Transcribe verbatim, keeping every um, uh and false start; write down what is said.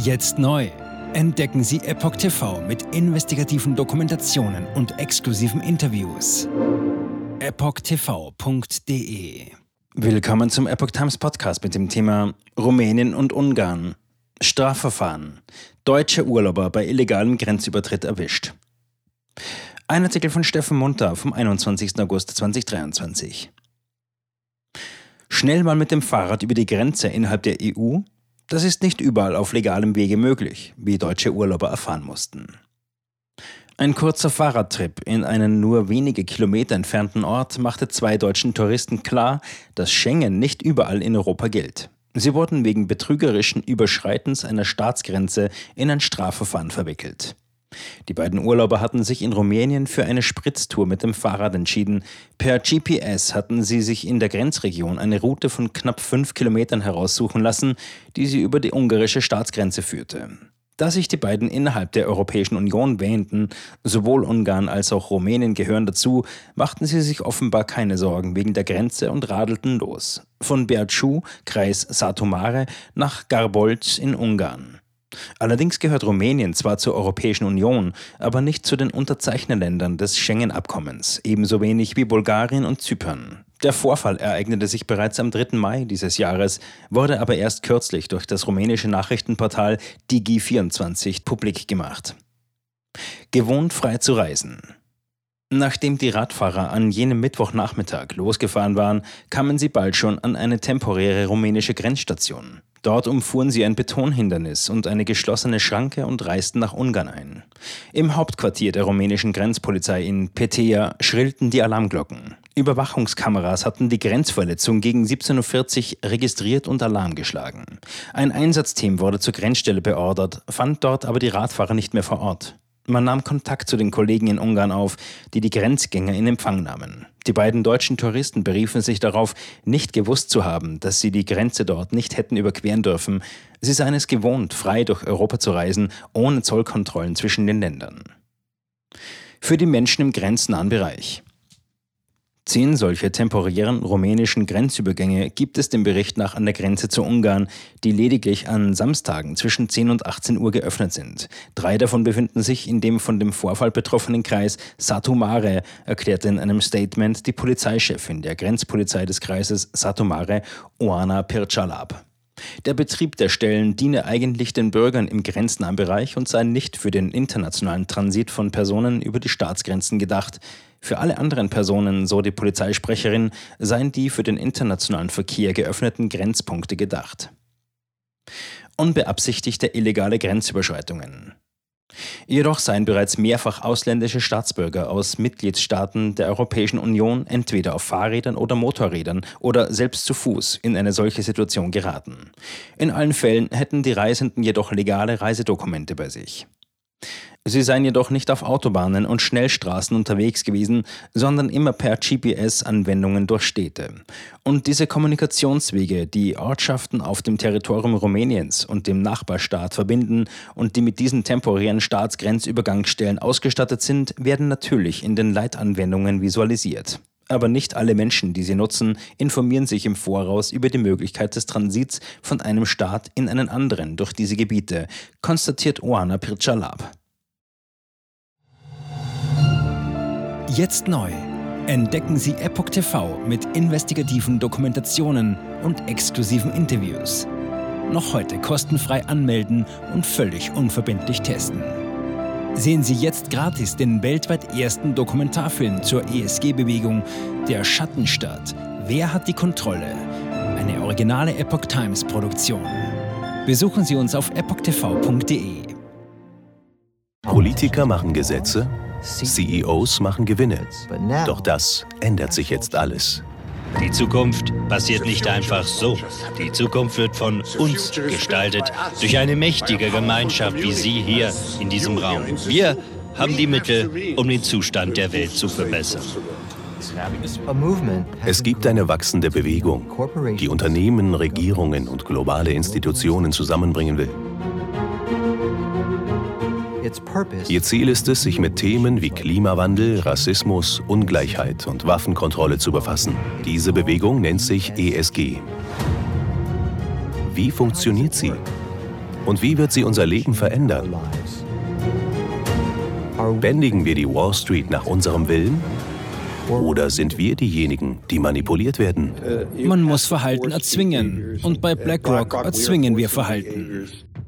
Jetzt neu. Entdecken Sie Epoch T V mit investigativen Dokumentationen und exklusiven Interviews. epoch t v punkt d e. Willkommen zum Epoch Times Podcast mit dem Thema Rumänien und Ungarn. Strafverfahren. Deutsche Urlauber bei illegalem Grenzübertritt erwischt. Ein Artikel von Steffen Munter vom einundzwanzigsten August zweitausenddreiundzwanzig. Schnell mal mit dem Fahrrad über die Grenze innerhalb der E U? Das ist nicht überall auf legalem Wege möglich, wie deutsche Urlauber erfahren mussten. Ein kurzer Fahrradtrip in einen nur wenige Kilometer entfernten Ort machte zwei deutschen Touristen klar, dass Schengen nicht überall in Europa gilt. Sie wurden wegen betrügerischen Überschreitens einer Staatsgrenze in ein Strafverfahren verwickelt. Die beiden Urlauber hatten sich in Rumänien für eine Spritztour mit dem Fahrrad entschieden. Per G P S hatten sie sich in der Grenzregion eine Route von knapp fünf Kilometern heraussuchen lassen, die sie über die ungarische Staatsgrenze führte. Da sich die beiden innerhalb der Europäischen Union wähnten, sowohl Ungarn als auch Rumänien gehören dazu, machten sie sich offenbar keine Sorgen wegen der Grenze und radelten los. Von Berdschú, Kreis Satu Mare, nach Garbolz in Ungarn. Allerdings gehört Rumänien zwar zur Europäischen Union, aber nicht zu den Unterzeichnerländern des Schengen-Abkommens, ebenso wenig wie Bulgarien und Zypern. Der Vorfall ereignete sich bereits am dritten Mai dieses Jahres, wurde aber erst kürzlich durch das rumänische Nachrichtenportal Digi vierundzwanzig publik gemacht. Gewohnt frei zu reisen. Nachdem die Radfahrer an jenem Mittwochnachmittag losgefahren waren, kamen sie bald schon an eine temporäre rumänische Grenzstation. Dort umfuhren sie ein Betonhindernis und eine geschlossene Schranke und reisten nach Ungarn ein. Im Hauptquartier der rumänischen Grenzpolizei in Petea schrillten die Alarmglocken. Überwachungskameras hatten die Grenzverletzung gegen siebzehn Uhr vierzig registriert und Alarm geschlagen. Ein Einsatzteam wurde zur Grenzstelle beordert, fand dort aber die Radfahrer nicht mehr vor Ort. Man nahm Kontakt zu den Kollegen in Ungarn auf, die die Grenzgänger in Empfang nahmen. Die beiden deutschen Touristen beriefen sich darauf, nicht gewusst zu haben, dass sie die Grenze dort nicht hätten überqueren dürfen. Sie seien es gewohnt, frei durch Europa zu reisen, ohne Zollkontrollen zwischen den Ländern. Für die Menschen im grenznahen Bereich. Zehn solche temporären rumänischen Grenzübergänge gibt es dem Bericht nach an der Grenze zu Ungarn, die lediglich an Samstagen zwischen zehn und achtzehn Uhr geöffnet sind. Drei davon befinden sich in dem von dem Vorfall betroffenen Kreis Satu Mare, erklärte in einem Statement die Polizeichefin der Grenzpolizei des Kreises Satu Mare, Oana Pircsalap. Der Betrieb der Stellen diene eigentlich den Bürgern im grenznahen Bereich und sei nicht für den internationalen Transit von Personen über die Staatsgrenzen gedacht. Für alle anderen Personen, so die Polizeisprecherin, seien die für den internationalen Verkehr geöffneten Grenzpunkte gedacht. Unbeabsichtigte illegale Grenzüberschreitungen. Jedoch seien bereits mehrfach ausländische Staatsbürger aus Mitgliedstaaten der Europäischen Union entweder auf Fahrrädern oder Motorrädern oder selbst zu Fuß in eine solche Situation geraten. In allen Fällen hätten die Reisenden jedoch legale Reisedokumente bei sich. Sie seien jedoch nicht auf Autobahnen und Schnellstraßen unterwegs gewesen, sondern immer per G P S-Anwendungen durch Städte. Und diese Kommunikationswege, die Ortschaften auf dem Territorium Rumäniens und dem Nachbarstaat verbinden und die mit diesen temporären Staatsgrenzübergangsstellen ausgestattet sind, werden natürlich in den Leitanwendungen visualisiert. Aber nicht alle Menschen, die sie nutzen, informieren sich im Voraus über die Möglichkeit des Transits von einem Staat in einen anderen durch diese Gebiete, konstatiert Oana Pircsalap. Jetzt neu. Entdecken Sie Epoch T V mit investigativen Dokumentationen und exklusiven Interviews. Noch heute kostenfrei anmelden und völlig unverbindlich testen. Sehen Sie jetzt gratis den weltweit ersten Dokumentarfilm zur E S G-Bewegung Der Schattenstaat. Wer hat die Kontrolle? Eine originale Epoch Times Produktion. Besuchen Sie uns auf epoch t v punkt d e. Politiker machen Gesetze, C E Os machen Gewinne. Doch das ändert sich jetzt alles. Die Zukunft passiert nicht einfach so. Die Zukunft wird von uns gestaltet, durch eine mächtige Gemeinschaft wie Sie hier in diesem Raum. Wir haben die Mittel, um den Zustand der Welt zu verbessern. Es gibt eine wachsende Bewegung, die Unternehmen, Regierungen und globale Institutionen zusammenbringen will. Ihr Ziel ist es, sich mit Themen wie Klimawandel, Rassismus, Ungleichheit und Waffenkontrolle zu befassen. Diese Bewegung nennt sich E S G. Wie funktioniert sie? Und wie wird sie unser Leben verändern? Bändigen wir die Wall Street nach unserem Willen? Oder sind wir diejenigen, die manipuliert werden? Man muss Verhalten erzwingen. Und bei BlackRock erzwingen wir Verhalten.